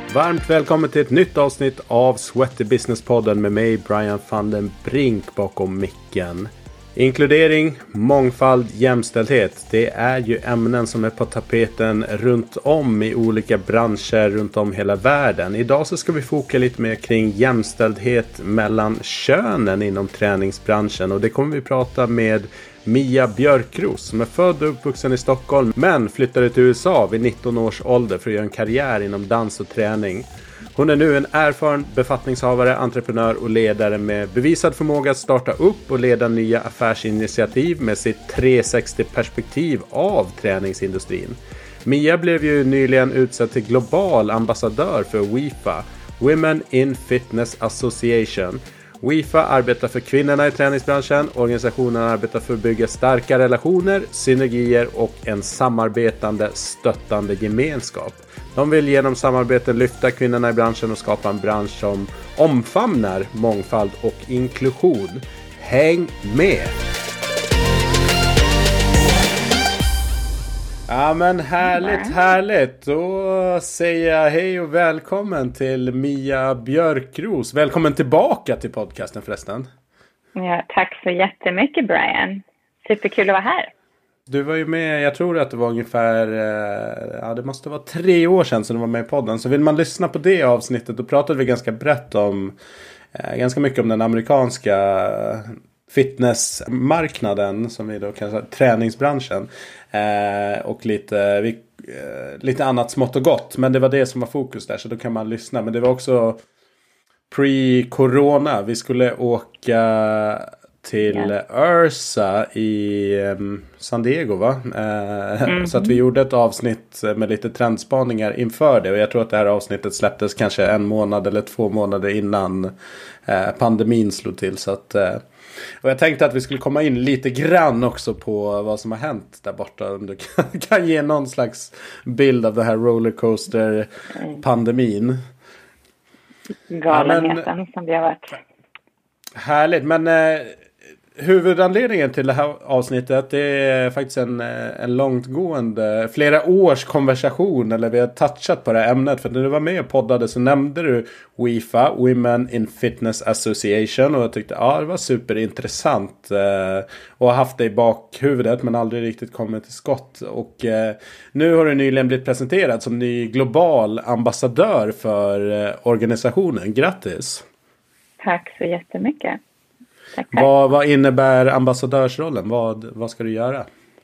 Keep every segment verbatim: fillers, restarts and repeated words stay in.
Varmt välkommen till ett nytt avsnitt av Sweaty Business-podden med mig, Brian van den Brink, bakom micken. Inkludering, mångfald, jämställdhet. Det är ju ämnen som är på tapeten runt om i olika branscher runt om hela världen. Idag så ska vi foka lite mer kring jämställdhet mellan könen inom träningsbranschen. Och det kommer vi prata med Mia Björkros, som är född och uppvuxen i Stockholm men flyttade till U S A vid nitton års ålder för att göra en karriär inom dans och träning. Hon är nu en erfaren befattningshavare, entreprenör och ledare med bevisad förmåga att starta upp och leda nya affärsinitiativ med sitt trehundrasextio-perspektiv av träningsindustrin. Mia blev ju nyligen utsedd till global ambassadör för W I F A, Women in Fitness Association. W I F A arbetar för kvinnorna i träningsbranschen. Organisationen arbetar för att bygga starka relationer, synergier och en samarbetande, stöttande gemenskap. De vill genom samarbeten lyfta kvinnorna i branschen och skapa en bransch som omfamnar mångfald och inklusion. Häng med! Ja men härligt, härligt. Då säger jag hej och välkommen till Mia Björkros. Välkommen tillbaka till podcasten förresten. Ja, tack så jättemycket Brian. Superkul att vara här. Du var ju med, jag tror att det var ungefär, ja det måste vara tre år sedan som du var med i podden. Så vill man lyssna på det avsnittet, då pratade vi ganska brett om, ganska mycket om den amerikanska fitnessmarknaden, som vi då kan säga träningsbranschen, eh, och lite, vi, eh, lite annat smått och gott, men det var det som var fokus där, så då kan man lyssna. Men det var också pre-corona, vi skulle åka till yeah. Ursa i um, San Diego va? Eh, mm-hmm. Så att vi gjorde ett avsnitt med lite trendspaningar inför det, och jag tror att det här avsnittet släpptes kanske en månad eller två månader innan eh, pandemin slog till, så att eh, och jag tänkte att vi skulle komma in lite grann också på vad som har hänt där borta. Om du kan, kan ge någon slags bild av det här rollercoaster-pandemin. Galenheten ja, men, som vi har varit. Härligt, men eh, huvudanledningen till det här avsnittet, det är faktiskt en, en långtgående, flera års konversation, eller vi har touchat på det här ämnet. För när du var med och poddade så nämnde du W I F A, Women in Fitness Association, och jag tyckte ja, det var superintressant eh, och har haft det i bakhuvudet men aldrig riktigt kommit till skott. Och eh, nu har du nyligen blivit presenterad som ny global ambassadör för eh, organisationen. Grattis! Tack så jättemycket. Vad, vad innebär ambassadörsrollen? Vad, vad ska du göra?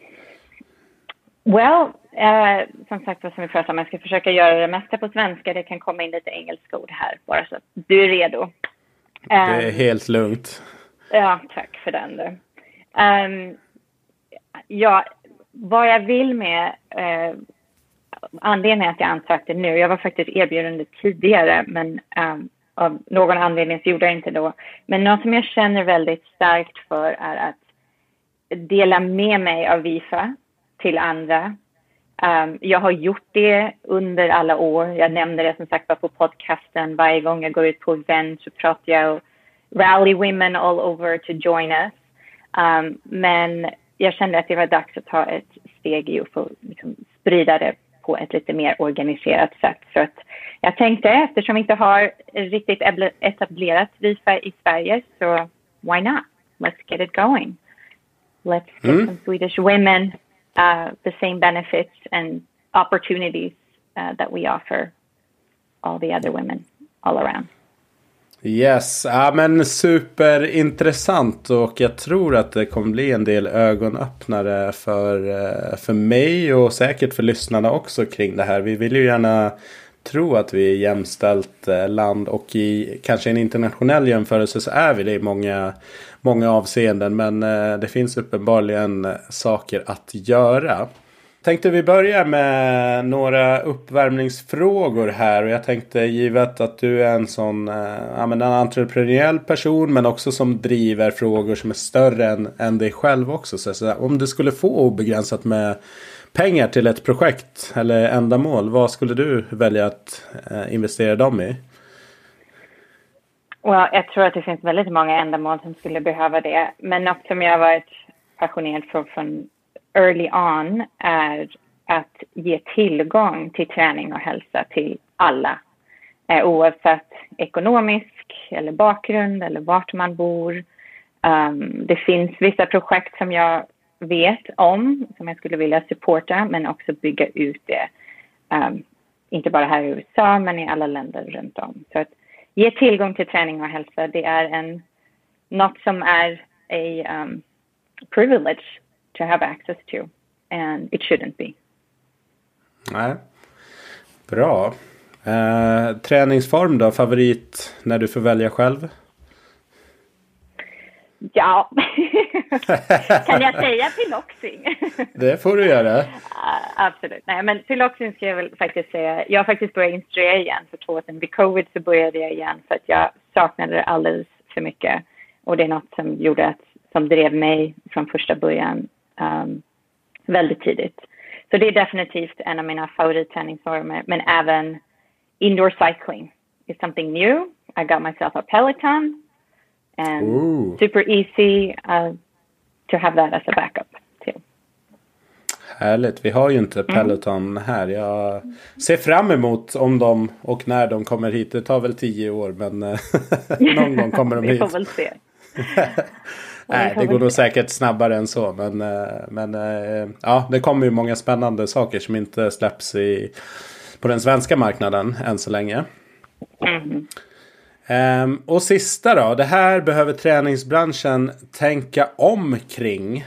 Well, eh, som sagt som vi pratade om, jag ska försöka göra det mesta på svenska. Det kan komma in lite engelska ord här, bara så att du är redo. Um, det är helt lugnt. Ja, tack för den. Um, ja, vad jag vill med uh, anledningen att jag ansökte nu, jag var faktiskt erbjuden tidigare, men um, av någon anledning så gjorde jag inte då. Men något som jag känner väldigt starkt för är att dela med mig av W I F A till andra. Um, jag har gjort det under alla år. Jag nämner det som sagt på podcasten. Varje gång jag går ut på event så pratar jag och rally women all over to join us. Um, men jag kände att det var dags att ta ett steg i och få liksom, sprida det på ett lite mer organiserat sätt. Så att jag tänkte, eftersom vi inte har riktigt etablerat W I F A i Sverige, så why not? Let's get it going. Let's get mm. some Swedish women uh, the same benefits and opportunities uh, that we offer all the other women all around. Yes, ja, men superintressant, och jag tror att det kommer bli en del ögonöppnare för, för mig och säkert för lyssnarna också kring det här. Vi vill ju gärna tro att vi är jämställt land, och i kanske en internationell jämförelse så är vi det i många, många avseenden, men det finns uppenbarligen saker att göra. Tänkte vi börja med några uppvärmningsfrågor här, och jag tänkte, givet att du är en sån äh, en entreprenöriell person men också som driver frågor som är större än, än dig själv också, så, så om du skulle få obegränsat med pengar till ett projekt eller ändamål, vad skulle du välja att äh, investera dem i? Well, jag tror att det finns väldigt många ändamål som skulle behöva det, men något som jag har varit passionerad för från early on är att ge tillgång till träning och hälsa till alla. eh, oavsett ekonomisk eller bakgrund eller vart man bor. Um, det finns vissa projekt som jag vet om som jag skulle vilja supporta, men också bygga ut det. Um, inte bara här i U S A men i alla länder runt om. Så att ge tillgång till träning och hälsa, det är en, något som är a um, privilege to have access to, and it shouldn't be. Nej, bra. Eh, träningsform då, favorit när du får välja själv? Ja, kan jag säga piloxing? Det får du göra. Uh, absolut. Nej, men piloxing ska jag väl faktiskt säga. Jag har faktiskt börjat instruera igen för två år sedan. Vid covid så började jag igen för att jag saknade det alldeles för mycket. Och det är något som gjorde att, som drev mig från första början um, väldigt tidigt. Så det är definitivt en av mina favoritträningsformer. Men även indoor cycling is something new. I got myself a Peloton. And Ooh. Super easy uh, to have that as a backup too. Härligt. Vi har ju inte Peloton mm. här. Jag ser fram emot om de och när de kommer hit. Det tar väl tio år, men någon gång kommer de hit. Vi får väl se. Nej, det går nog säkert snabbare än så. Men, men ja, det kommer ju många spännande saker som inte släpps i, på den svenska marknaden än så länge. Mm. Um, och sista då, det här behöver träningsbranschen tänka om kring.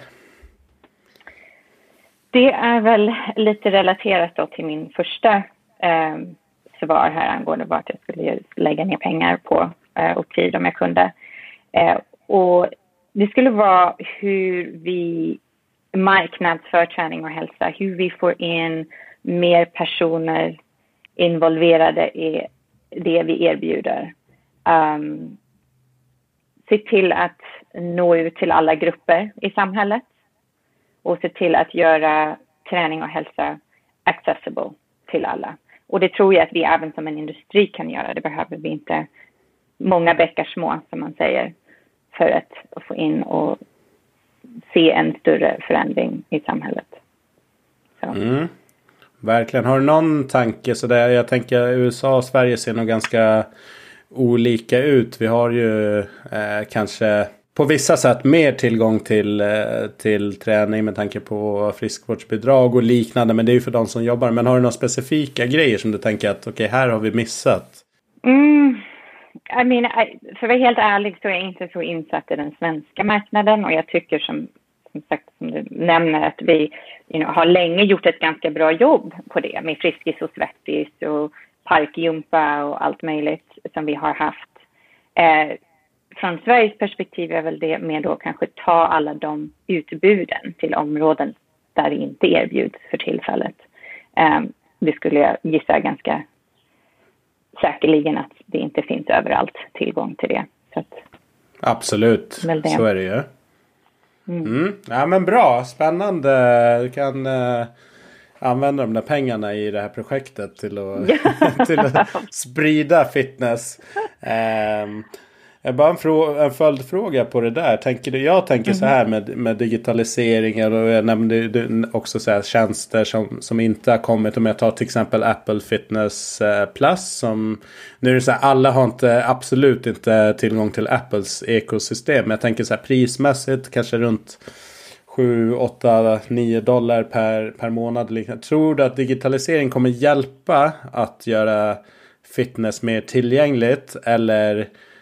Det är väl lite relaterat då till min första um, svar här angående vart jag skulle lägga ner pengar på uh, och tid om jag kunde. Uh, och det skulle vara hur vi marknadsför träning och hälsa, hur vi får in mer personer involverade i det vi erbjuder. Um, se till att nå ut till alla grupper i samhället och se till att göra träning och hälsa accessible till alla. Och det tror jag att vi även som en industri kan göra. Det behöver vi inte många bäckar små, som man säger, för att få in och se en större förändring i samhället. Så. Mm. Verkligen. Har du någon tanke så där? Jag tänker U S A och Sverige ser nog ganska olika ut. Vi har ju eh, kanske på vissa sätt mer tillgång till, eh, till träning med tanke på friskvårdsbidrag och liknande. Men det är ju för de som jobbar. Men har du några specifika grejer som du tänker att okej, okay, här har vi missat? Mm. I mean, I, för att vara helt ärlig så är jag inte så insatt i den svenska marknaden. Och jag tycker som, som sagt, som du nämner, att vi you know, har länge gjort ett ganska bra jobb på det. Med Friskis och Svettis och parkjumpa och allt möjligt som vi har haft. Eh, från Sveriges perspektiv är väl det med då kanske ta alla de utbuden till områden där det inte erbjuds för tillfället. Eh, det skulle jag gissa ganska säkerligen att det inte finns överallt tillgång till det. Så att, absolut, det. Så är det ju. Mm. Mm. Ja, men bra, spännande. Du kan uh, använda de där pengarna i det här projektet till att, till att sprida fitness. Um, bara en, frå- en följdfråga på det där. Tänker du, jag tänker mm. så här med, med digitaliseringen, och jag nämnde också så här tjänster som, som inte har kommit. Om jag tar till exempel Apple Fitness Plus, som nu är det så här, alla har inte, absolut inte tillgång till Apples ekosystem. Men jag tänker så här prismässigt kanske runt sju, åtta, nio dollar per, per månad. Tror du att digitalisering kommer hjälpa att göra fitness mer tillgängligt, eller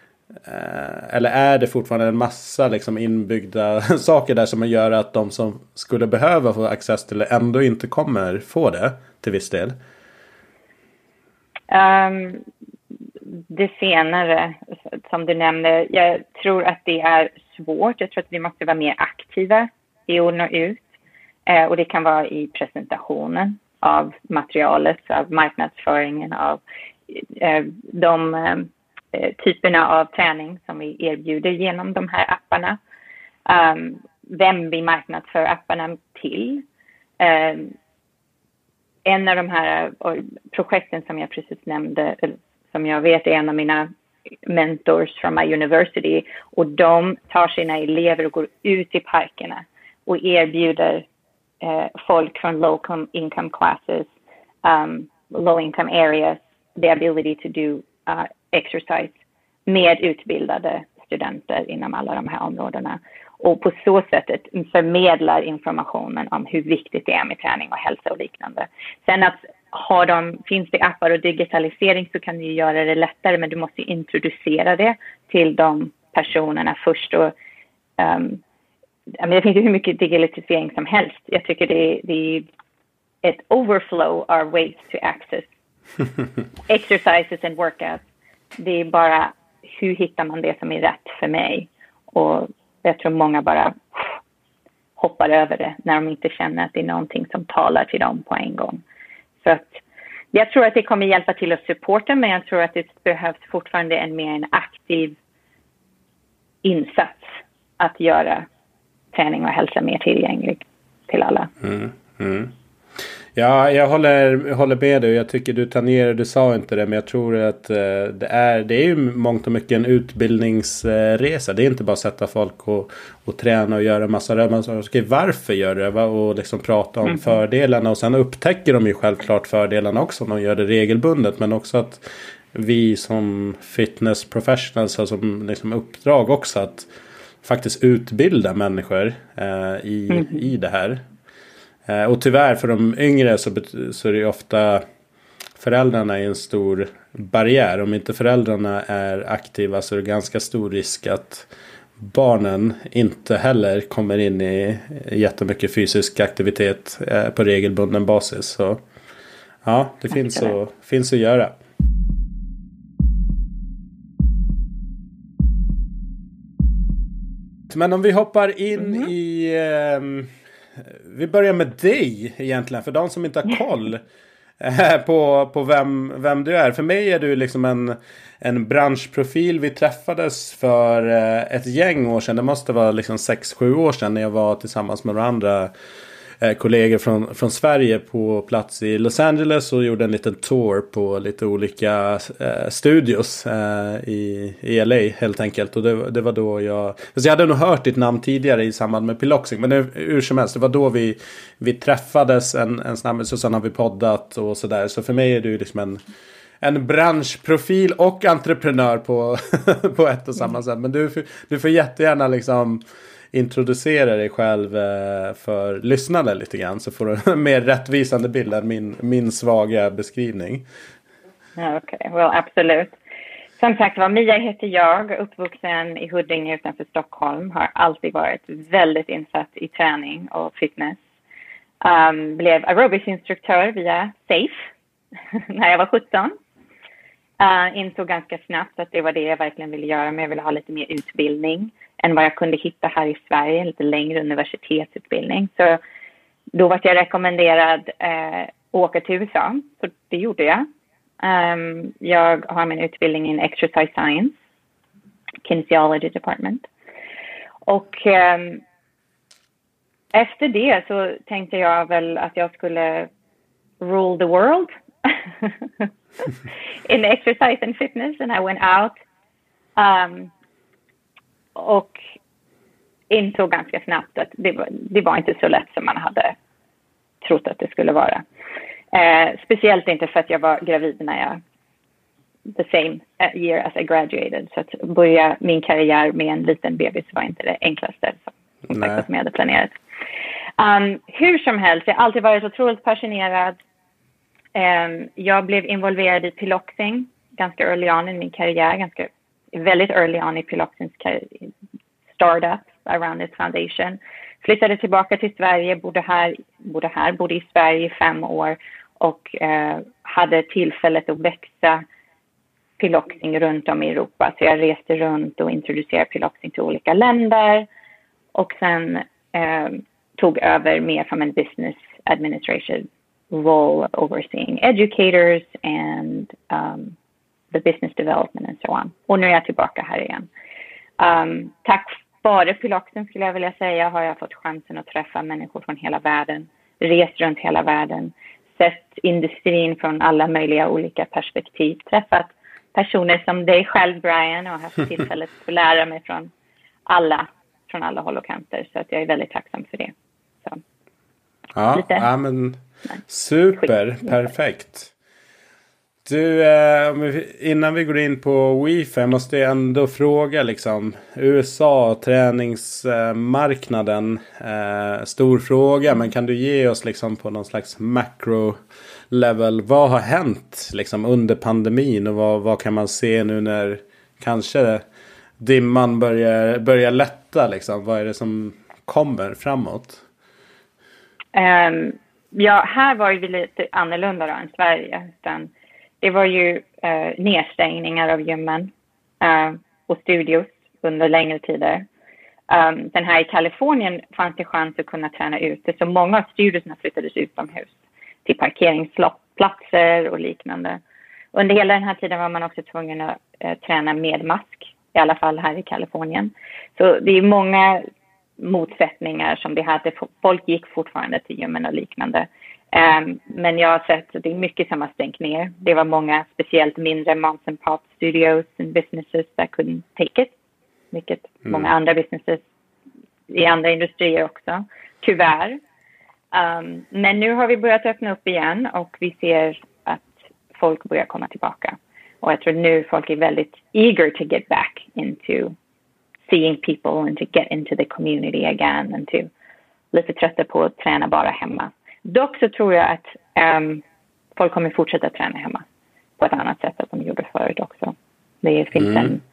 eller är det fortfarande en massa liksom inbyggda saker där som gör att de som skulle behöva få access till det ändå inte kommer få det till viss del? Um, det senare som du nämnde, jag tror att det är svårt. Jag tror att vi måste vara mer aktiva i att nå ut. Uh, och det kan vara i presentationen av materialet, av marknadsföringen, av uh, de um, typerna av träning som vi erbjuder genom de här apparna. Um, vem vi marknadsför apparna till. Um, en av de här uh, projekten som jag precis nämnde, som jag vet är en av mina mentors från my university, och de tar sina elever och går ut i parkerna och erbjuder uh, folk från low income classes, um, low income areas, the ability to do uh, exercise med utbildade studenter inom alla de här områdena. Och på så sättet förmedlar informationen om hur viktigt det är med träning och hälsa och liknande. Sen att har de, finns det appar och digitalisering så kan du göra det lättare, men du måste introducera det till de personerna först. Och, um, det finns ju hur mycket digitalisering som helst. Jag tycker det, det är ett overflow of ways to access exercises and workouts. Det är bara hur hittar man det som är rätt för mig. Och jag tror många bara hoppar över det när de inte känner att det är någonting som talar till dem på en gång. Så att jag tror att det kommer hjälpa till att supporta, men jag tror att det behövs fortfarande en mer en aktiv insats att göra träning och hälsa mer tillgänglig till alla. Mm, mm. Ja, jag håller, håller med dig. Jag tycker du tangerar, du sa inte det, men jag tror att eh, det är det är ju mångt och mycket en utbildningsresa. Det är inte bara att sätta folk och, och träna och göra massa rörelser. Okej, varför gör det? Va? Och liksom prata om mm. fördelarna. Och sen upptäcker de ju självklart fördelarna också om de gör det regelbundet. Men också att vi som fitness professionals har som liksom uppdrag också att faktiskt utbilda människor eh, i, mm. i det här. Och tyvärr för de yngre så, så är det ofta föräldrarna är en stor barriär. Om inte föräldrarna är aktiva så är det ganska stor risk att barnen inte heller kommer in i jättemycket fysisk aktivitet på regelbunden basis. Så ja, det finns att, finns att göra. Men om vi hoppar in mm. i... Eh, vi börjar med dig egentligen, för de som inte har koll eh, på, på vem, vem du är. För mig är du liksom en, en branschprofil. Vi träffades för eh, ett gäng år sedan. Det måste vara liksom sex sju år sedan när jag var tillsammans med några andra eh, kollegor från, från Sverige på plats i Los Angeles och gjorde en liten tour på lite olika eh, studios eh, i, i L A helt enkelt. Och det, det var då jag... Alltså jag hade nog hört ditt namn tidigare i samband med piloxing, men det, hur som helst, det var då vi, vi träffades en, en snabb, så sen har vi poddat och sådär. Så för mig är du liksom en, en branschprofil och entreprenör på, på ett och samma sätt. Men du, du får jättegärna liksom... introducera dig själv för lyssnare lite grann, så får du en mer rättvisande bild än min, min svaga beskrivning. Okej, okay. Well, absolut. Som sagt var, Mia heter jag, uppvuxen i Huddinge utanför Stockholm, har alltid varit väldigt insatt i träning och fitness. Um, blev aerobicsinstruktör via SAFE när jag var sjutton. Uh, insåg ganska snabbt att det var det jag verkligen ville göra, men jag ville ha lite mer utbildning än vad jag kunde hitta här i Sverige, en lite längre universitetsutbildning. Så då var jag rekommenderad eh, att åka till U S A, så det gjorde jag. Um, jag har min utbildning i exercise science, kinesiology department. Och um, efter det så tänkte jag väl att jag skulle rule the world in exercise and fitness, and I went out. Um, Och insåg ganska snabbt att det var, det var inte så lätt som man hade trott att det skulle vara. Eh, speciellt inte för att jag var gravid när jag, the same year as I graduated. Så att börja min karriär med en liten bebis var inte det enklaste som, som jag hade planerat. Um, hur som helst, jag har alltid varit otroligt passionerad. Um, jag blev involverad i piloxing ganska early on i min karriär, ganska väldigt early on i piloxings startup around its foundation. Flyttade tillbaka till Sverige, bodde här, bodde här, bodde i Sverige i fem år och eh, hade tillfället att växa piloxing runt om i Europa. Så jag reste runt och introducerade piloxing till olika länder och sen eh, tog över mer från en business administration role overseeing educators and um, the business development and so on. Och nu är jag tillbaka här igen. Um, tack vare piloxen skulle jag vilja säga har jag fått chansen att träffa människor från hela världen, rest runt hela världen, sett industrin från alla möjliga olika perspektiv, träffat personer som dig själv, Brian, och haft tillfället att lära mig från alla, från alla håll och kanter. Så att jag är väldigt tacksam för det. Så. Ja, ja, men super, perfekt. Du, eh, innan vi går in på WIFA, jag måste ändå fråga liksom, U S A, träningsmarknaden, eh, stor fråga, men kan du ge oss liksom på någon slags macro level, vad har hänt liksom under pandemin och vad, vad kan man se nu när kanske dimman börjar, börjar lätta liksom, vad är det som kommer framåt? Um, ja, här var ju lite annorlunda då än Sverige, utan det var ju uh, nedstängningar av gymmen uh, och studios under längre tider. Um, sen här i Kalifornien fanns det chans att kunna träna ute, så många av studiosna flyttades utomhus till parkeringsplatser och liknande. Under hela den här tiden var man också tvungen att uh, träna med mask, i alla fall här i Kalifornien. Så det är många motsättningar som det hade. Folk gick fortfarande till gymmen och liknande. Um, men jag har sett att det är mycket som har stängt ner. Det var många, speciellt mindre moms and pop studios and businesses that couldn't take it. Vilket mm. många andra businesses i andra industrier också. Tyvärr. Um, men nu har vi börjat öppna upp igen och vi ser att folk börjar komma tillbaka. Och jag tror nu folk är väldigt eager to get back into seeing people and to get into the community again and to lite trötta på att träna bara hemma. Dock så tror jag att um, folk kommer fortsätta träna hemma på ett annat sätt än de gjorde förut också. Det finns mm. en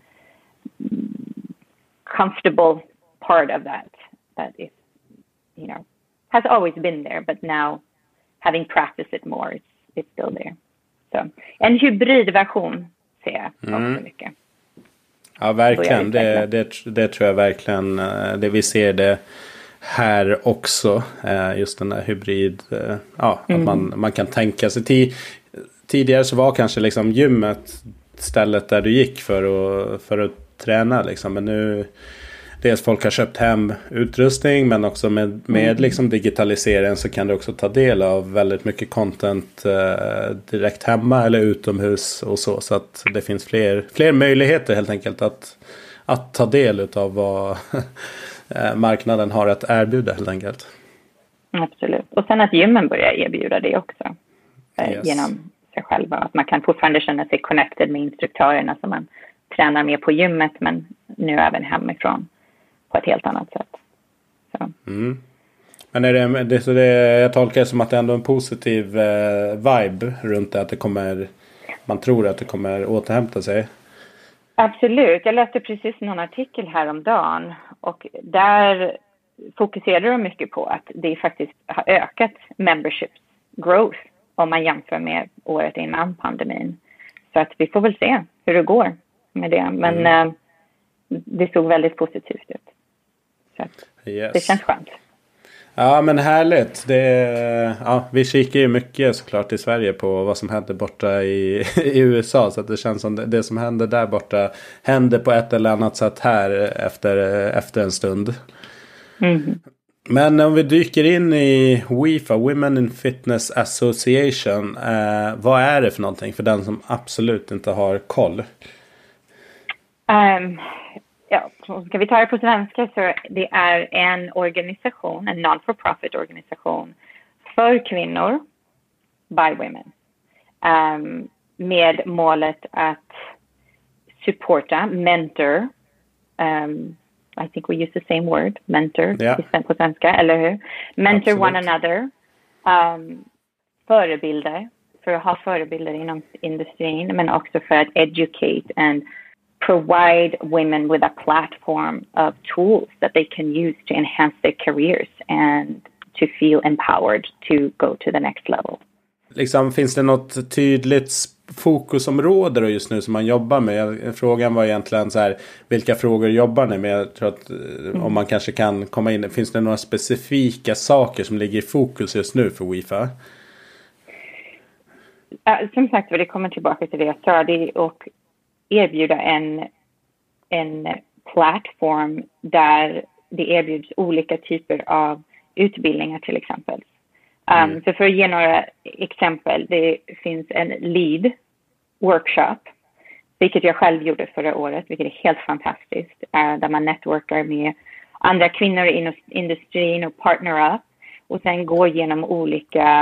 comfortable part of that that is, you know, has always been there, but now having practiced it more, it's, it's still there. So, en hybridversion ser jag också mm. mycket. Ja, verkligen. Det, det, det tror jag verkligen. Det vi ser det här också. Just den där hybrid. Ja, mm. att man, man kan tänka sig. Tidigare så var kanske liksom gymmet stället där du gick för att, för att träna. Liksom. Men nu, dels folk har köpt hem utrustning, men också med, med mm. liksom digitaliseringen så kan du också ta del av väldigt mycket content eh, direkt hemma eller utomhus och så. Så att det finns fler, fler möjligheter helt enkelt att, att ta del av vad marknaden har att erbjuda helt enkelt. Absolut. Och sen att gymmen börjar erbjuda det också. Eh, yes. Genom sig själva. Att man kan fortfarande känna sig connected med instruktörerna som man tränar med på gymmet, men nu även hemifrån på ett helt annat sätt. Så. Mm. Men är det, det, så det, jag tolkar det som att det är ändå en positiv eh, vibe runt det, att det kommer, man tror att det kommer återhämta sig. Absolut. Jag läste precis någon artikel häromdagen och där fokuserade de mycket på att det faktiskt har ökat memberships growth om man jämför med året innan pandemin. Så att vi får väl se hur det går med det. Men mm. eh, det såg väldigt positivt ut. Så yes. Det känns skönt. Ja, men härligt. Det, ja, vi kikar ju mycket såklart i Sverige på vad som händer borta i, i U S A. Så att det känns som det, det som händer där borta händer på ett eller annat sätt här efter, efter en stund. Mm. Men om vi dyker in i WIFA, Women in Fitness Association. Eh, vad är det för någonting för den som absolut inte har koll? Um. Ja, ska vi ta det på svenska, så det är en organisation, en non-for-profit organisation för kvinnor by women. Um, med målet att supporta, mentor, um, I think we use the same word, mentor, yeah. på svenska, eller hur? Mentor Absolut. One another, um, förebilder, för att ha förebilder inom industrin, men också för att educate and provide women with a platform of tools that they can use to enhance their careers and to feel empowered to go to the next level. Liksom, finns det något tydligt fokusområde då just nu som man jobbar med? Frågan var egentligen så här, vilka frågor jobbar ni med? Jag tror att mm. om man kanske kan komma in, finns det några specifika saker som ligger i fokus just nu för WIFA? Uh, som sagt, det kommer tillbaka till det jag sa, det och erbjuda en, en plattform där det erbjuds olika typer av utbildningar till exempel. Um, mm. Så för att ge några exempel, det finns en lead workshop, vilket jag själv gjorde förra året, vilket är helt fantastiskt, uh, där man networkar med andra kvinnor i industrin och partner up och sen går igenom olika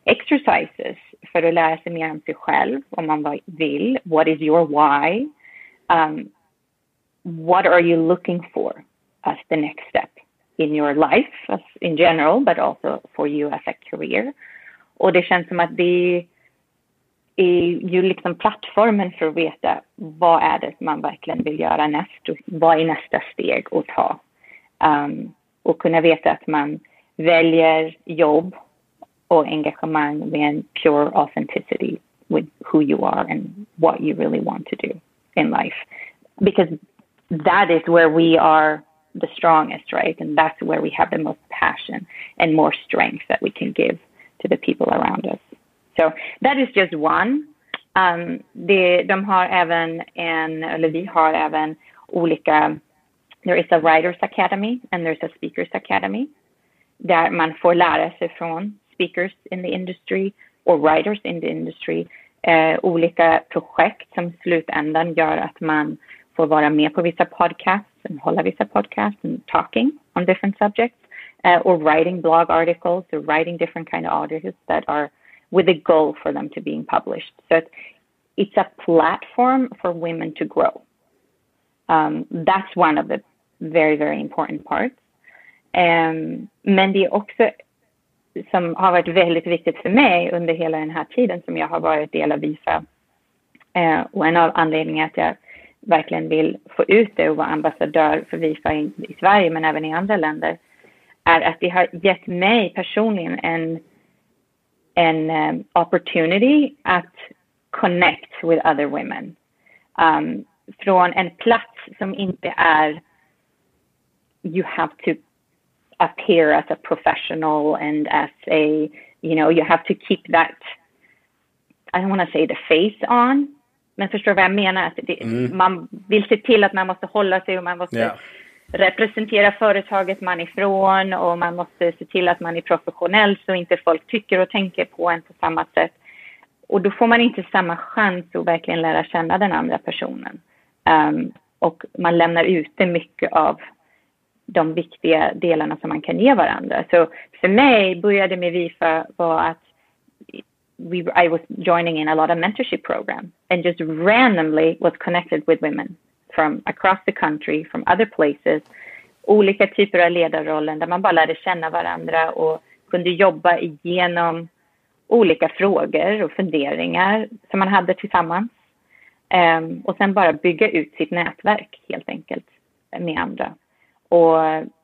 exercises för att lära sig mer om sig själv om man vill. What is your why? Um, what are you looking for as the next step in your life as in general, but also for you as a career? Och det känns som att det är ju liksom plattformen för att veta vad är det man verkligen vill göra näst och vad är nästa steg att ta. Um, och kunna veta att man väljer jobb och engagemang med en pure authenticity with who you are and what you really want to do in life. Because that is where we are the strongest, right? And that's where we have the most passion and more strength that we can give to the people around us. So that is just one. Um, det, de har även en, eller vi har även olika, there is a Writers Academy and there's a Speakers Academy. Där man får lära sig från speakers in the industry or writers in the industry. Eh, olika projekt som slutändan gör att man får vara med på vissa podcasts and hålla vissa podcasts and talking on different subjects. Uh, or writing blog articles or writing different kind of articles that are with a goal for them to being published. So it's a platform for women to grow. Um, that's one of the very, very important parts. Um, men det är också som har varit väldigt viktigt för mig under hela den här tiden som jag har varit del av Vifa. Uh, och en av anledningarna att jag verkligen vill få ut det och vara ambassadör för Vifa i, i Sverige men även i andra länder är att det har gett mig personligen en, en um, opportunity att connect with other women. Um, från en plats som inte är you have to appear as a professional and as a, you know, you have to keep that, I don't want to say the face on, men förstår vad jag menar? Att det, mm. Man vill se till att man måste hålla sig och man måste yeah. representera företaget man är ifrån och man måste se till att man är professionell så inte folk tycker och tänker på en på samma sätt. Och då får man inte samma chans att verkligen lära känna den andra personen. Um, och man lämnar ute mycket av de viktiga delarna som man kan ge varandra. Så för mig började med Vifa var att we, I was joining in a lot of mentorship program and just randomly was connected with women from across the country, from other places, olika typer av ledarrollen där man bara lärde känna varandra och kunde jobba igenom olika frågor och funderingar som man hade tillsammans. Um, och sen bara bygga ut sitt nätverk helt enkelt med andra. Och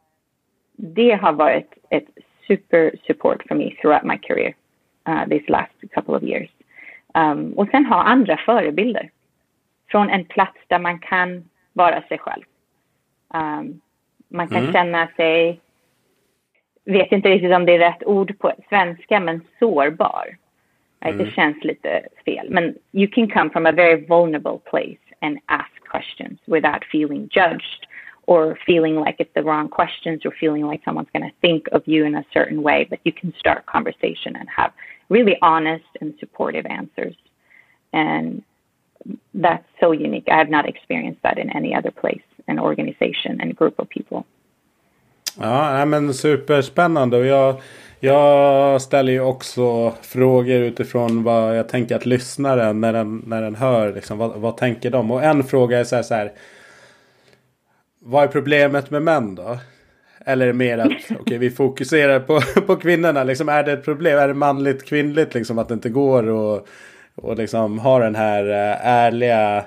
det har varit ett super support for me throughout my career uh, these last couple of years. Um, och sen ha andra förebilder från en plats där man kan vara sig själv. Um, man kan mm. känna sig, vet inte riktigt om det är rätt ord på svenska, men sårbar. Mm. Det känns lite fel. Men you can come from a very vulnerable place and ask questions without feeling judged or feeling like it's the wrong questions or feeling like someone's going to think of you in a certain way. But you can start conversation and have really honest and supportive answers. And that's so unique. I have not experienced that in any other place, an organization and group of people. Ja, men superspännande. Och jag, jag ställer ju också frågor utifrån vad jag tänker att lyssnaren när den, när den hör, liksom, vad, vad tänker de? Och en fråga är så här, så här, vad är problemet med män då? Eller är det mer att okej, okay, vi fokuserar på, på kvinnorna? Liksom, är det ett problem? Är det manligt, kvinnligt? Liksom, att det inte går och, och liksom ha den här ärliga,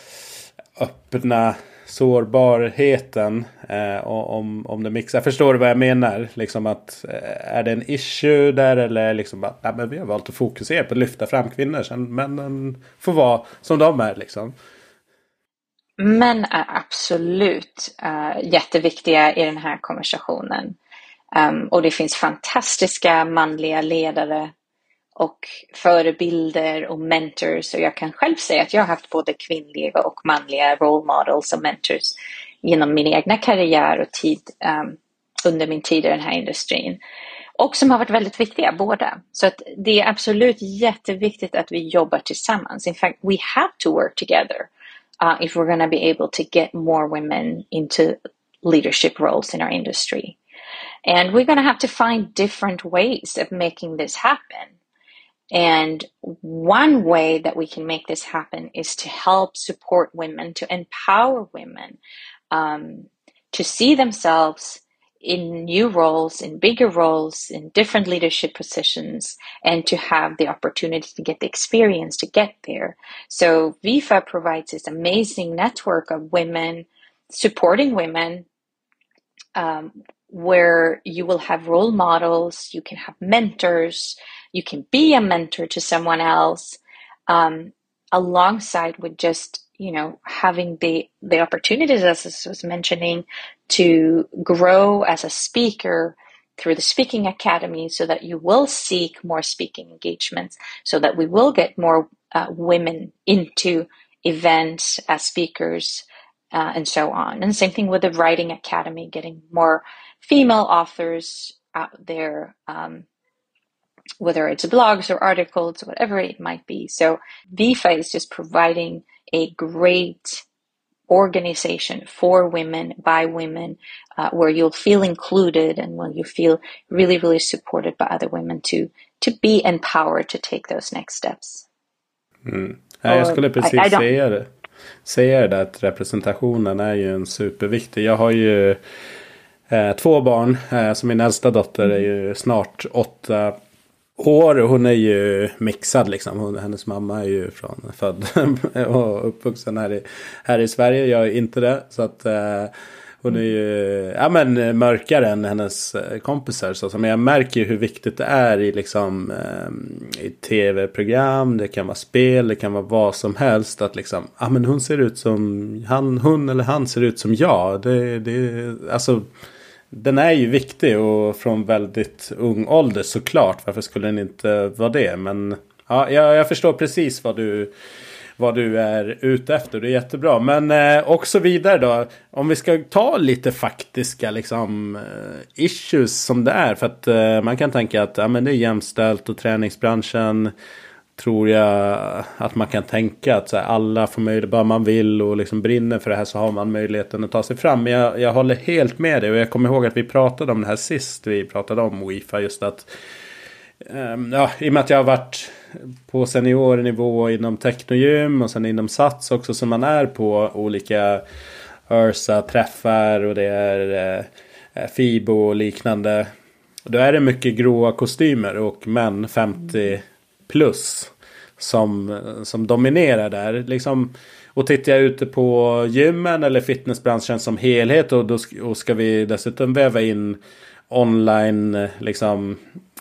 öppna sårbarheten eh, om, om det mixar. Förstår du vad jag menar? Liksom att, eh, är det en issue där eller liksom att ja, men vi har valt att fokusera på att lyfta fram kvinnor sen männen får vara som de är liksom. Män är absolut uh, jätteviktiga i den här konversationen. Um, och det finns fantastiska manliga ledare och förebilder och mentors. Och jag kan själv säga att jag har haft både kvinnliga och manliga role models och mentors genom min egna karriär och tid um, under min tid i den här industrin. Och som har varit väldigt viktiga båda. Så att det är absolut jätteviktigt att vi jobbar tillsammans. In fact, we have to work together uh, if we're going to be able to get more women into leadership roles in our industry. And we're going to have to find different ways of making this happen. And one way that we can make this happen is to help support women, to empower women um, to see themselves in new roles, in bigger roles, in different leadership positions, and to have the opportunity to get the experience to get there. So V I F A provides this amazing network of women supporting women, um, where you will have role models, you can have mentors, you can be a mentor to someone else, um, alongside with just, you know, having the, the opportunities, as I was mentioning, to grow as a speaker through the Speaking Academy, so that you will seek more speaking engagements, so that we will get more uh, women into events as speakers, uh, and so on. And same thing with the Writing Academy, getting more female authors out there, um, whether it's blogs or articles, whatever it might be. So V I F A is just providing a great organization for women, by women, uh, where you'll feel included and where you feel really, really supported by other women to, to be empowered to take those next steps. Mm. Ja, jag skulle precis I, I säga det. Säga det att representationen är ju en superviktig. Jag har ju eh, två barn. Eh, så min äldsta dotter är ju snart åtta år. Och hon är ju mixad liksom. Hon, hennes mamma är ju från född och uppvuxen här i, här i Sverige. Jag är inte det. Så att eh, hon är ju ja, men, mörkare än hennes kompisar. Så, men jag märker ju hur viktigt det är i, liksom, eh, i tv-program. Det kan vara spel, det kan vara vad som helst. Att liksom, ja, men hon ser ut som han, hon eller han ser ut som jag. Det, det, alltså, den är ju viktig och från väldigt ung ålder såklart. Varför skulle den inte vara det? Men ja, jag, jag förstår precis vad du... vad du är ute efter. Det är jättebra. Men eh, också vidare då. Om vi ska ta lite faktiska liksom, eh, issues som det är. För att eh, man kan tänka att ja, men det är jämställt och träningsbranschen tror jag att man kan tänka att så här, alla får möjlighet, bara man vill och liksom brinner för det här så har man möjligheten att ta sig fram. Men jag, jag håller helt med dig och jag kommer ihåg att vi pratade om det här sist. Vi pratade om W I F A just att Um, ja, i och med att jag har varit på seniornivå inom Technogym och sen inom Sats också, så man är på olika Ursa-träffar och det är eh, FIBO och liknande. Då är det mycket gråa kostymer och män femtio plus som, som dominerar där. Liksom, och tittar jag ute på gymmen eller fitnessbranschen som helhet och då och ska vi dessutom väva in online liksom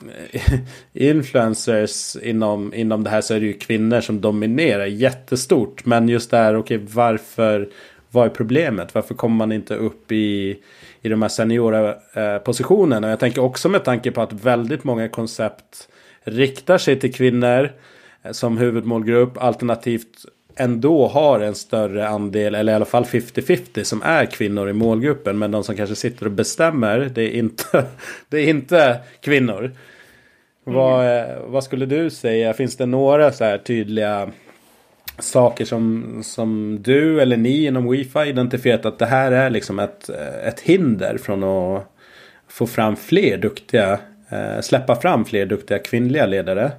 influencers inom, inom det här, så är det ju kvinnor som dominerar jättestort. Men just där, okej, okay, varför, vad är problemet? Varför kommer man inte upp i, i de här seniora eh, positionerna? Och jag tänker också med tanke på att väldigt många koncept riktar sig till kvinnor eh, som huvudmålgrupp, alternativt ändå har en större andel, eller i alla fall femtio femtio som är kvinnor i målgruppen, men de som kanske sitter och bestämmer, det är inte, det är inte kvinnor. Mm. Vad, vad skulle du säga? Finns det några så här tydliga saker som, som du eller ni inom W I F A identifierat att det här är liksom ett, ett hinder från att få fram fler duktiga, släppa fram fler duktiga kvinnliga ledare?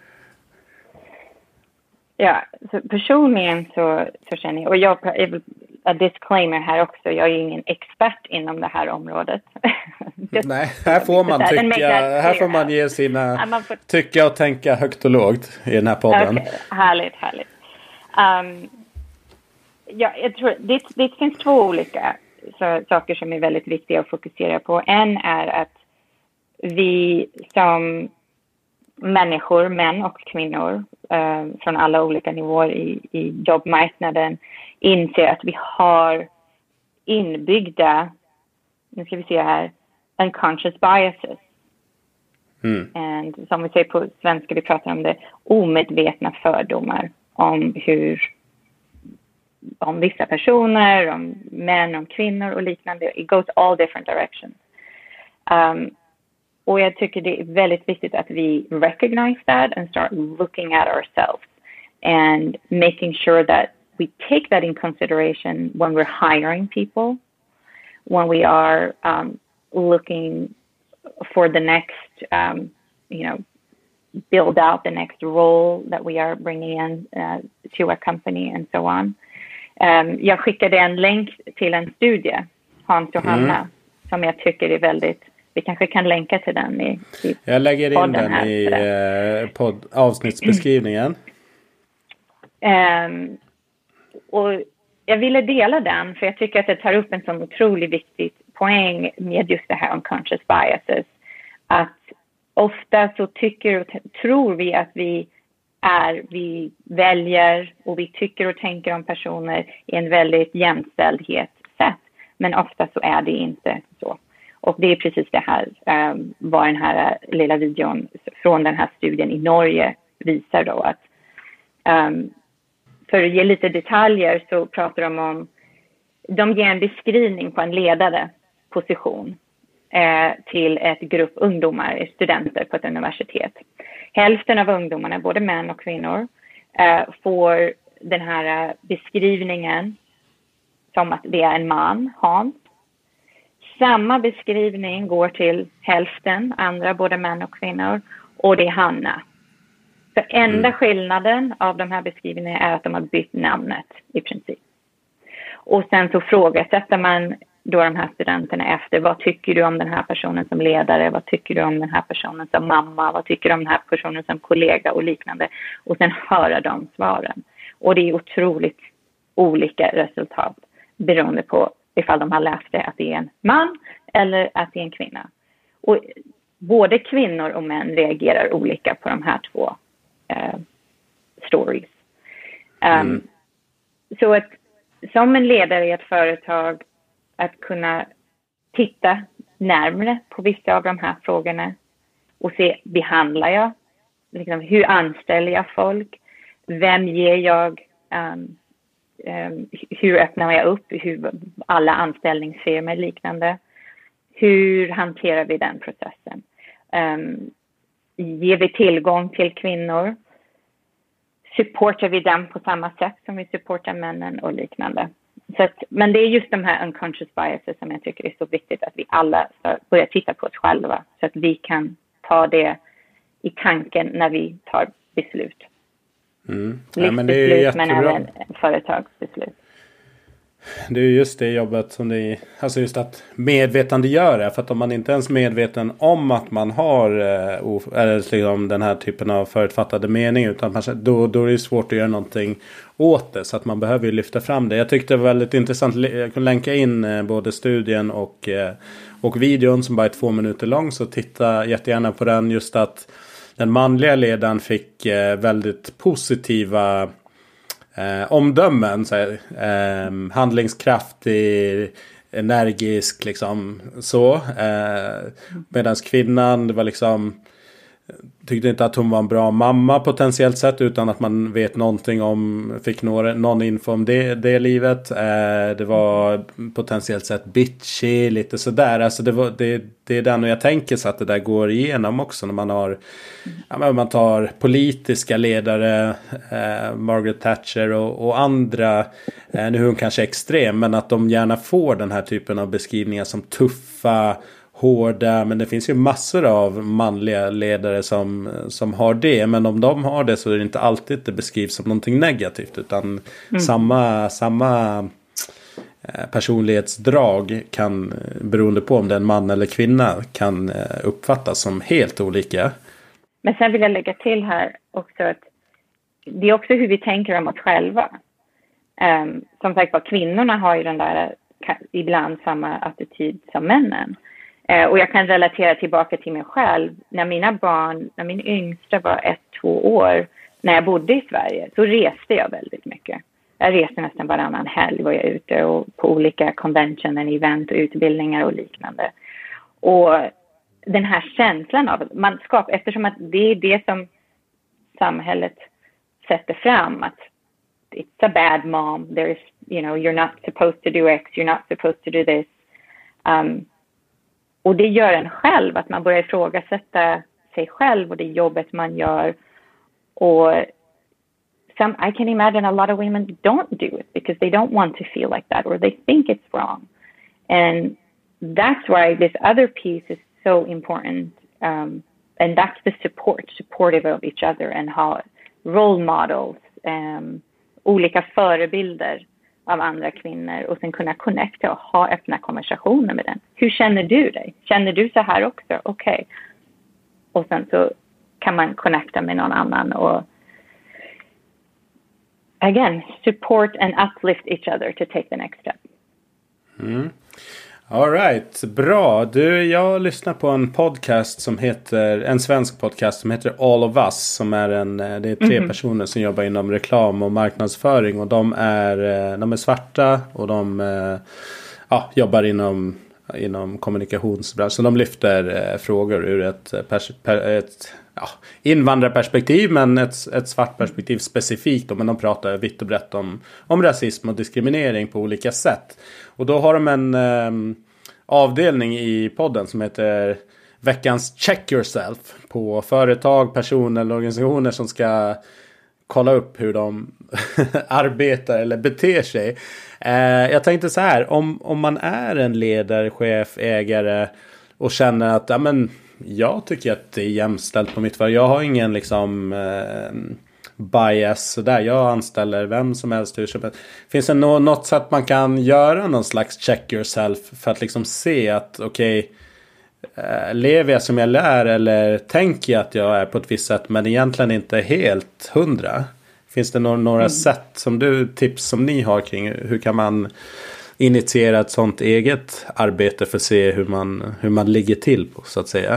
Ja, så personligen så, så känner jag, och jag är en disclaimer här också, jag är ju ingen expert inom det här området. Nej, här får man tycka, här får man ge sina ja, får... tycka och tänka högt och lågt i den här podden. Okay, härligt, härligt. Um, ja, jag tror det, det finns två olika så, saker som är väldigt viktiga att fokusera på. En är att vi som människor, män och kvinnor eh, från alla olika nivåer i, i jobbmarknaden inser att vi har inbyggda, nu ska vi se här, unconscious biases. Mm. And, som vi säger på svenska, vi pratar om det, omedvetna fördomar om hur, om vissa personer, om män, om kvinnor och liknande. It goes all different directions. Um, Och jag tycker det är väldigt viktigt att vi recognize that and start looking at ourselves and making sure that we take that in consideration when we're hiring people, when we are um, looking for the next, um, you know, build out the next role that we are bringing in uh, to our company and so on. Um, jag skickade en länk till en studie, Hans och Hanna, mm. som jag tycker är väldigt, vi kanske kan länka till den i, i jag lägger in den i eh, podd, avsnittsbeskrivningen. Um, och jag ville dela den för jag tycker att det tar upp en sån otroligt viktig poäng med just det här unconscious biases. Att ofta så tycker och t- tror vi att vi är, vi väljer och vi tycker och tänker om personer i en väldigt jämställdhetssätt. Men ofta så är det inte så. Och det är precis det här um, vad den här lilla videon från den här studien i Norge visar då. Att um, för att ge lite detaljer så pratar de om, de ger en beskrivning på en ledare position eh, till ett grupp ungdomar, studenter på ett universitet. Hälften av ungdomarna, både män och kvinnor, eh, får den här beskrivningen som att det är en man, Hans. Samma beskrivning går till hälften, andra både män och kvinnor, och det är Hanna. För enda mm. skillnaden av de här beskrivningarna är att de har bytt namnet i princip. Och sen så frågasätter man då de här studenterna efter, vad tycker du om den här personen som ledare? Vad tycker du om den här personen som mamma? Vad tycker du om den här personen som kollega och liknande? Och sen höra de svaren. Och det är otroligt olika resultat beroende på ifall de har läst det att det är en man eller att det är en kvinna. Och både kvinnor och män reagerar olika på de här två uh, stories. Um, mm. Så att som en ledare i ett företag att kunna titta närmare på vissa av de här frågorna och se, behandlar jag? Liksom, hur anställer jag folk? Vem ger jag? Um, um, hur öppnar jag upp? Hur, alla anställningsfirmor liknande. Hur hanterar vi den processen? Um, ger vi tillgång till kvinnor? Supportar vi dem på samma sätt som vi supportar männen och liknande? Så att, men det är just de här unconscious biases som jag tycker är så viktigt att vi alla börjar titta på oss själva så att vi kan ta det i tanken när vi tar beslut. Mm. Ja, men det är jättebra. Men även företagsbeslut. Det är just det jobbet som det är, alltså just att medvetandegöra, för att om man inte ens är medveten om att man har uh, eller liksom den här typen av förutfattade mening, utan man, då, då är det svårt att göra någonting åt det, så att man behöver ju lyfta fram det. Jag tyckte det var väldigt intressant, jag kunde länka in uh, både studien och, uh, och videon som bara är två minuter lång, så titta jättegärna på den. Just att den manliga ledaren fick uh, väldigt positiva Eh, omdömen, så här, eh, handlingskraftig, energisk liksom så, eh, medan kvinnan, det var liksom, tyckte inte att hon var en bra mamma potentiellt sett, utan att man vet någonting om, fick några, någon info om det, det livet. Eh, det var potentiellt sett bitchy, lite sådär. Alltså det, var, det, det är den, och jag tänker så att det där går igenom också när man har, ja, men man tar politiska ledare, eh, Margaret Thatcher och, och andra, eh, nu är hon kanske extrem, men att de gärna får den här typen av beskrivningar som tuffa, hårda, men det finns ju massor av manliga ledare som, som har det, men om de har det så är det inte alltid det beskrivs som någonting negativt, utan mm. samma, samma eh, personlighetsdrag kan, beroende på om det är en man eller kvinna, kan eh, uppfattas som helt olika. Men sen vill jag lägga till här också att det är också hur vi tänker om oss själva. Um, som sagt var, kvinnorna har ju den där ibland samma attityd som männen. Uh, och jag kan relatera tillbaka till mig själv. När mina barn, när min yngsta var ett, två år, när jag bodde i Sverige, så reste jag väldigt mycket. Jag reste nästan varannan helg, var jag ute och på olika conventioner, event och utbildningar och liknande. Och den här känslan av man skapar, eftersom att det är det som samhället sätter fram, att it's a bad mom, there is, you know, you're not supposed to do X, you're not supposed to do this. Um, och det gör en själv, att man börjar ifrågasätta sig själv och det jobbet man gör. Och some, I can imagine a lot of women don't do it because they don't want to feel like that or they think it's wrong. And that's why this other piece is so important um, and that's the support, supportive of each other, and ha role models, um, olika förebilder av andra kvinnor, och sen kunna connecta och ha öppna konversationer med den. Hur känner du dig? Känner du så här också? Okej. Okay. Och sen så kan man connecta med någon annan och again, support and uplift each other to take the next step. Mm. All right, bra. Du, jag lyssnar på en podcast som heter, en svensk podcast som heter All of Us, som är en, det är tre mm-hmm. personer som jobbar inom reklam och marknadsföring, och de är, de är svarta och de ja, jobbar inom, inom kommunikationsbranschen. Så de lyfter eh, frågor ur ett, pers- ett ja, invandrarperspektiv, men ett, ett svart perspektiv specifikt. Då, men de pratar vitt och brett om, om rasism och diskriminering på olika sätt. Och då har de en eh, avdelning i podden som heter Veckans Check Yourself, på företag, personer eller organisationer som ska kolla upp hur de arbetar eller beter sig. Eh, jag tänkte så här, om, om man är en ledare, chef, ägare och känner att ja, men, jag tycker att det är jämställt på mitt företag. Jag har ingen liksom eh, bias så där. Jag anställer vem som helst. Hur som helst. Finns det no- något sätt man kan göra någon slags check yourself för att liksom se att okej, okay, eh, lever jag som jag lär, eller tänker jag att jag är på ett visst sätt men egentligen inte helt hundra? Finns det no- några mm. sätt som du, tips som ni har kring hur kan man initiera ett sånt eget arbete för att se hur man, hur man ligger till på, så att säga?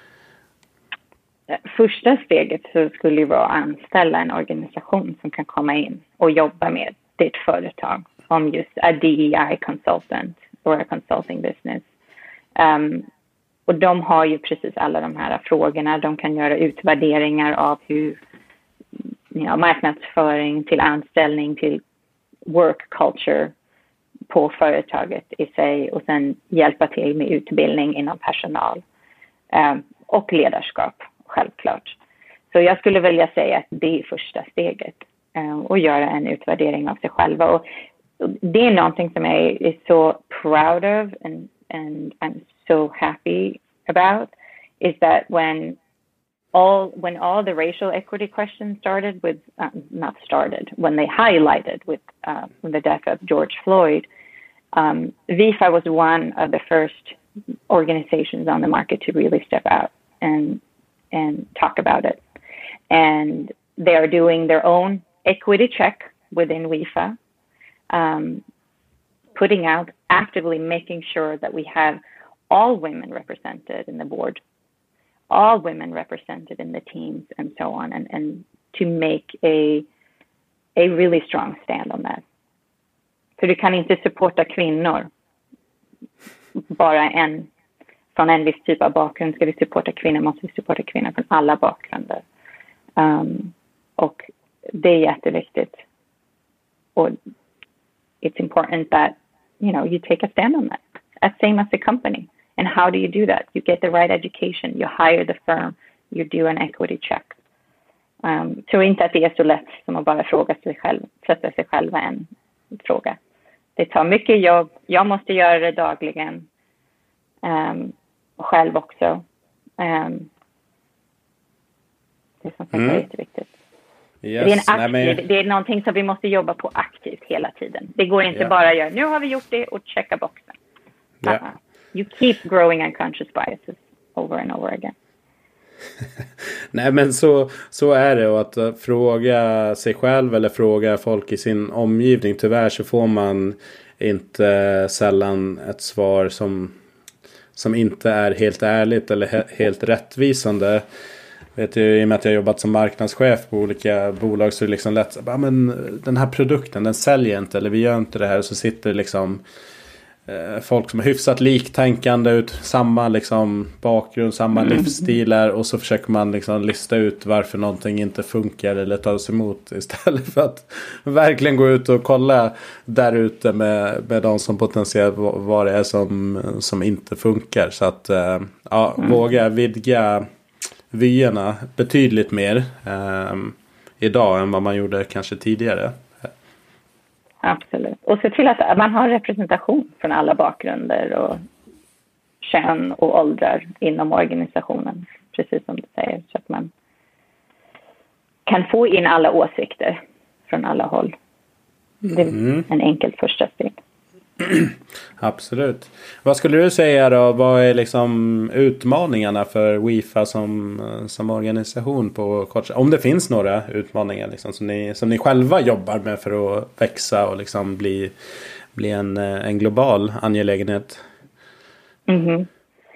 Första steget så skulle ju vara att anställa en organisation som kan komma in och jobba med ditt företag om just a D E I consultant or a consulting business. Um, och de har ju precis alla de här frågorna. De kan göra utvärderingar av hur ja, marknadsföring till anställning till work culture på företaget i sig, och sen hjälpa till med utbildning inom personal um, och ledarskap. Självklart. Så jag skulle vilja säga att det är första steget. Uh, och göra en utvärdering av sig själva. Och, och det är någonting som jag är, är så proud of and, and I'm so happy about is that when all when all the racial equity questions started with, uh, not started, when they highlighted with uh, the death of George Floyd, um, V I F A was one of the first organizations on the market to really step out and and talk about it. And they are doing their own equity check within W I F A, um, putting out, actively making sure that we have all women represented in the board, all women represented in the teams, and so on, and, and to make a, a really strong stand on that. Så du kan inte supporta kvinnor, bara en från en viss typ av bakgrund. Ska vi supporta kvinnor måste vi supporta kvinnor från alla bakgrunder. Um, och det är jätteviktigt. Och it's important that, you know, you take a stand on that. As same as the company. And how do you do that? You get the right education. You hire the firm. You do an equity check. Um, tror inte att det är så lätt som att bara fråga sig själv, sätta sig själva en fråga. Det tar mycket jobb. Jag måste göra det dagligen. Um, själv också. Um, det är som sagt mm. är jätteviktigt. Yes. Det, är en aktiv, Nej, men... det är någonting som vi måste jobba på aktivt hela tiden. Det går inte yeah. bara att göra, nu har vi gjort det och checka boxen. Yeah. Uh-huh. You keep growing unconscious biases over and over again. Nej, men så, så är det. Och att uh, fråga sig själv eller fråga folk i sin omgivning, tyvärr så får man inte uh, sällan ett svar som som inte är helt ärligt eller he- helt rättvisande. Vet ju, i och med att jag har jobbat som marknadschef på olika bolag, så är det liksom lätt, ja, men den här produkten, den säljer inte, eller vi gör inte det här. Så sitter liksom eh, folk som är hyfsat liktänkande ut, samma liksom bakgrund, samma mm. livsstilar, och så försöker man liksom lista ut varför någonting inte funkar eller tas emot, istället för att verkligen gå ut och kolla där ute med, med de som potentiellt vad det är som, som inte funkar. Så att eh, ja, mm. våga vidga vyerna betydligt mer eh, idag än vad man gjorde kanske tidigare. Absolut. Och se till att man har representation från alla bakgrunder och kön och åldrar inom organisationen. precis som du säger, så att man kan få in alla åsikter från alla håll. Det är mm. en enkel första steg. Absolut. Vad skulle du säga då? Vad är liksom utmaningarna för W I F A som, som organisation på kort sikt? Om det finns några utmaningar liksom, som, ni, som ni själva jobbar med för att växa och liksom bli, bli en, en global angelägenhet? Mm-hmm.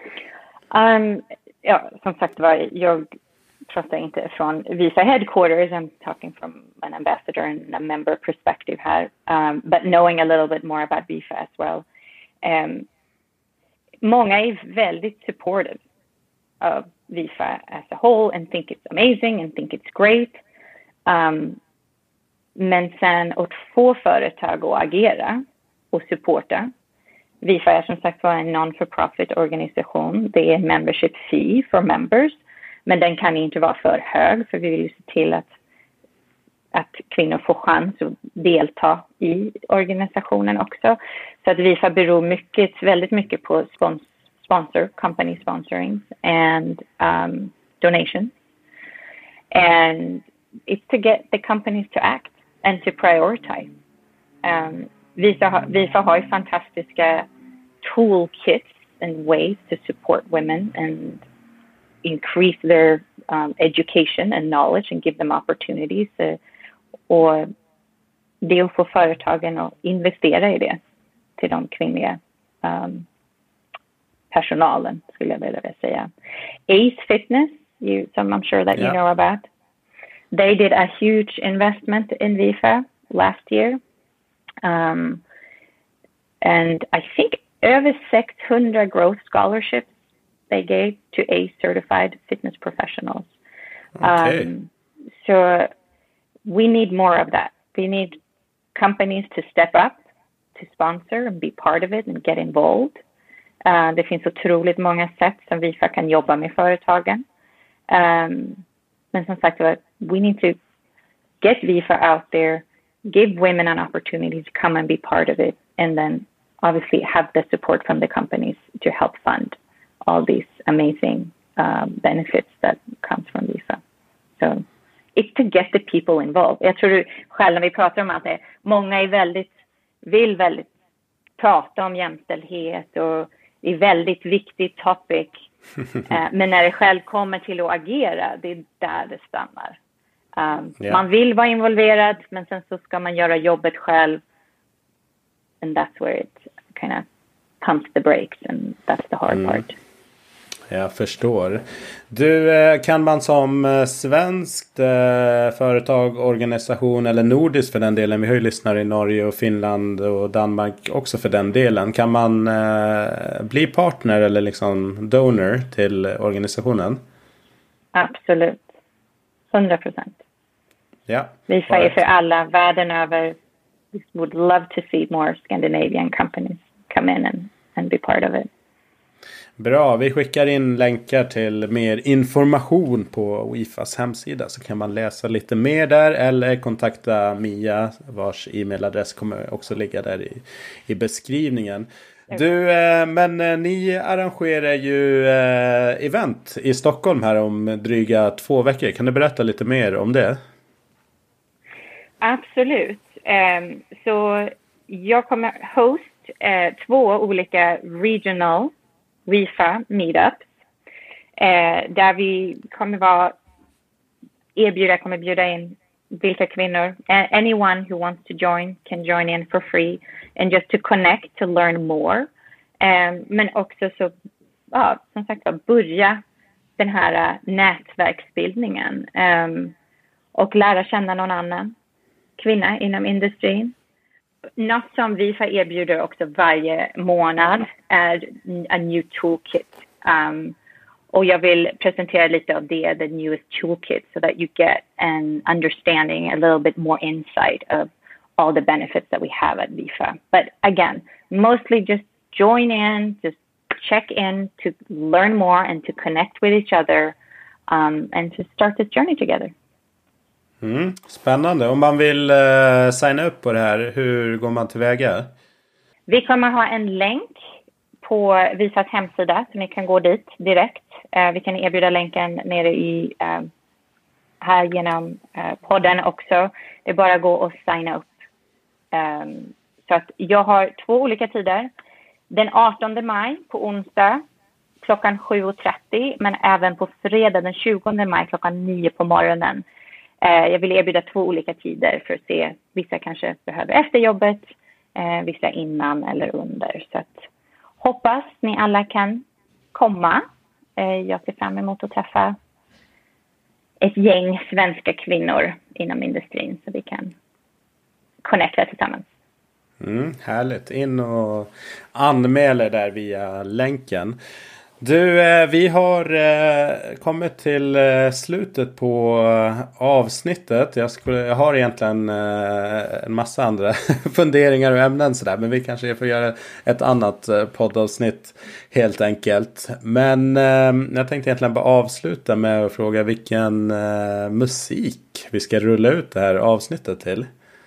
Um, ja, som sagt var, jag pratar inte från W I F A headquarters. I'm talking from an ambassador and a member perspective här. Um, but knowing a little bit more about W I F A as well. Um, många är väldigt supportive of W I F A as a whole and think it's amazing and think it's great. Um, men sen att få företag att agera och supporta. W I F A är som sagt var en non-for-profit organisation. Det är en membership fee for members. Men den kan inte vara för hög, för vi vill se till att, att kvinnor får chans att delta i organisationen också. Så att W I F A beror mycket, väldigt mycket på spons, sponsor, company sponsoring and um, donations. And it's to get the companies to act and to prioritize. Um, W I F A, W I F A har ju fantastiska toolkits and ways to support women and increase their um, education and knowledge and give them opportunities. Uh, och det är att få företagen att investera i det till de kvinnliga um, personalen, skulle jag vilja säga. Ace Fitness, you, some I'm sure that yeah. you know about. They did a huge investment in W I F A last year. Um, and I think over six hundred growth scholarships they gave to A C E certified fitness professionals. Okay. Um, so we need more of that. We need companies to step up, to sponsor and be part of it and get involved. Uh, det finns otroligt många sätt som W I F A kan jobba med företagen. Um, men som sagt, we need to get W I F A out there, give women an opportunity to come and be part of it, and then obviously have the support from the companies to help fund all these amazing um, benefits that comes from W I F A. So it's to get the people involved. Jag tror själv när vi pratar om att det, många är väldigt, vill väldigt prata om jämställdhet och det är väldigt viktigt topic. uh, men när det själv kommer till att agera, det är där det stannar. Um, yeah. Man vill vara involverad, men sen så ska man göra jobbet själv. And that's where it kind of pumps the brakes, and that's the hard mm. part. Jag förstår. Du, kan man som svenskt företag, organisation eller nordisk för den delen, vi har ju lyssnare i Norge och Finland och Danmark också för den delen, kan man bli partner eller liksom donor till organisationen? Absolut. hundra procent. Ja. Vi säger för alla världen över, we would love to see more Scandinavian companies come in and, and be part of it. Bra, vi skickar in länkar till mer information på W I F As hemsida, så kan man läsa lite mer där eller kontakta Mia, vars e-mailadress kommer också ligga där i, i beskrivningen. Du, eh, men eh, ni arrangerar ju eh, event i Stockholm här om dryga två veckor. Kan du berätta lite mer om det? Absolut. Um, så jag kommer host uh, två olika regional W I F A meetups. Uh, där vi kommer vara erbjuda, kommer bjuda in vilka kvinnor. Anyone who wants to join can join in for free. And just to connect, to learn more. Um, men också så, ja, som sagt, börja den här uh, nätverksbildningen. Um, och lära känna någon annan kvinna inom industrin. Något som W I F A erbjuder också varje månad är a new toolkit. Um, och jag vill presentera lite av det, the newest toolkit, so that you get an understanding, a little bit more insight of all the benefits that we have at W I F A. But again, mostly just join in, just check in to learn more and to connect with each other um, and to start this journey together. Mm, spännande. Om man vill uh, signa upp på det här, hur går man tillväga? Vi kommer ha en länk på Visas hemsida, så ni kan gå dit direkt. Uh, vi kan erbjuda länken nere i uh, här genom uh, podden också. Det är bara att gå och signa upp. Um, så att jag har två olika tider. Den artonde maj på onsdag klockan sju och trettio, men även på fredag den tjugonde maj klockan nio på morgonen. Uh, jag vill erbjuda två olika tider för att se. Vissa kanske behöver efter jobbet, uh, vissa innan eller under. Så att hoppas ni alla kan komma. Uh, jag ser fram emot att träffa ett gäng svenska kvinnor inom industrin så vi kan connecta tillsammans. Mm, härligt. In och anmäl er där via länken. Du, eh, vi har eh, kommit till eh, slutet på eh, avsnittet. Jag, skulle, jag har egentligen eh, en massa andra funderingar och ämnen sådär. Men vi kanske får göra ett annat eh, poddavsnitt helt enkelt. Men eh, jag tänkte egentligen bara avsluta med att fråga vilken eh, musik vi ska rulla ut det här avsnittet till.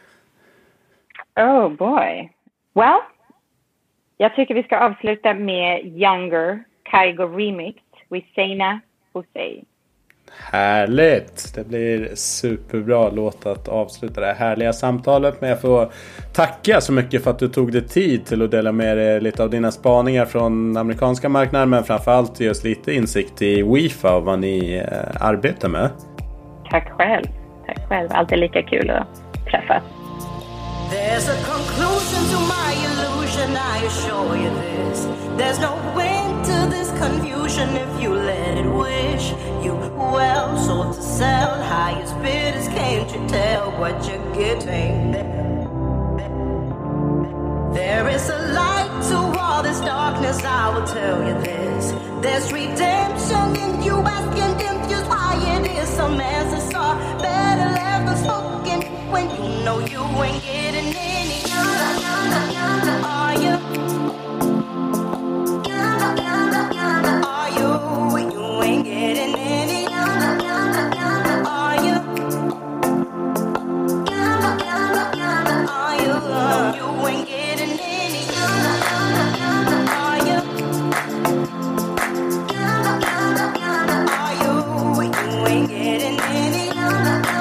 Oh boy. Well, jag tycker vi ska avsluta med Younger Kygo Remix with Sena Hossein. Härligt! Det blir superbra låt att avsluta det här härliga samtalet. Men jag får tacka så mycket för att du tog dig tid till att dela med dig lite av dina spaningar från amerikanska marknaden. Men framförallt just lite insikt i WIFA och vad ni eh, arbetar med. Tack själv. Tack själv. Alltid lika kul att träffas. There's a conclusion to my illusion, I assure you this. There's no end to this confusion if you let it wish you well. Sold to sell, highest bidders, can't you tell what you're getting? There is a light to all this darkness, I will tell you this. There's redemption in you, asking confused why it is some answers are better left unspoken when you know you ain't getting any. Are you? Are you? You ain't getting any. Are you? Are you? You ain't getting any. Are you? Are you? You ain't getting any.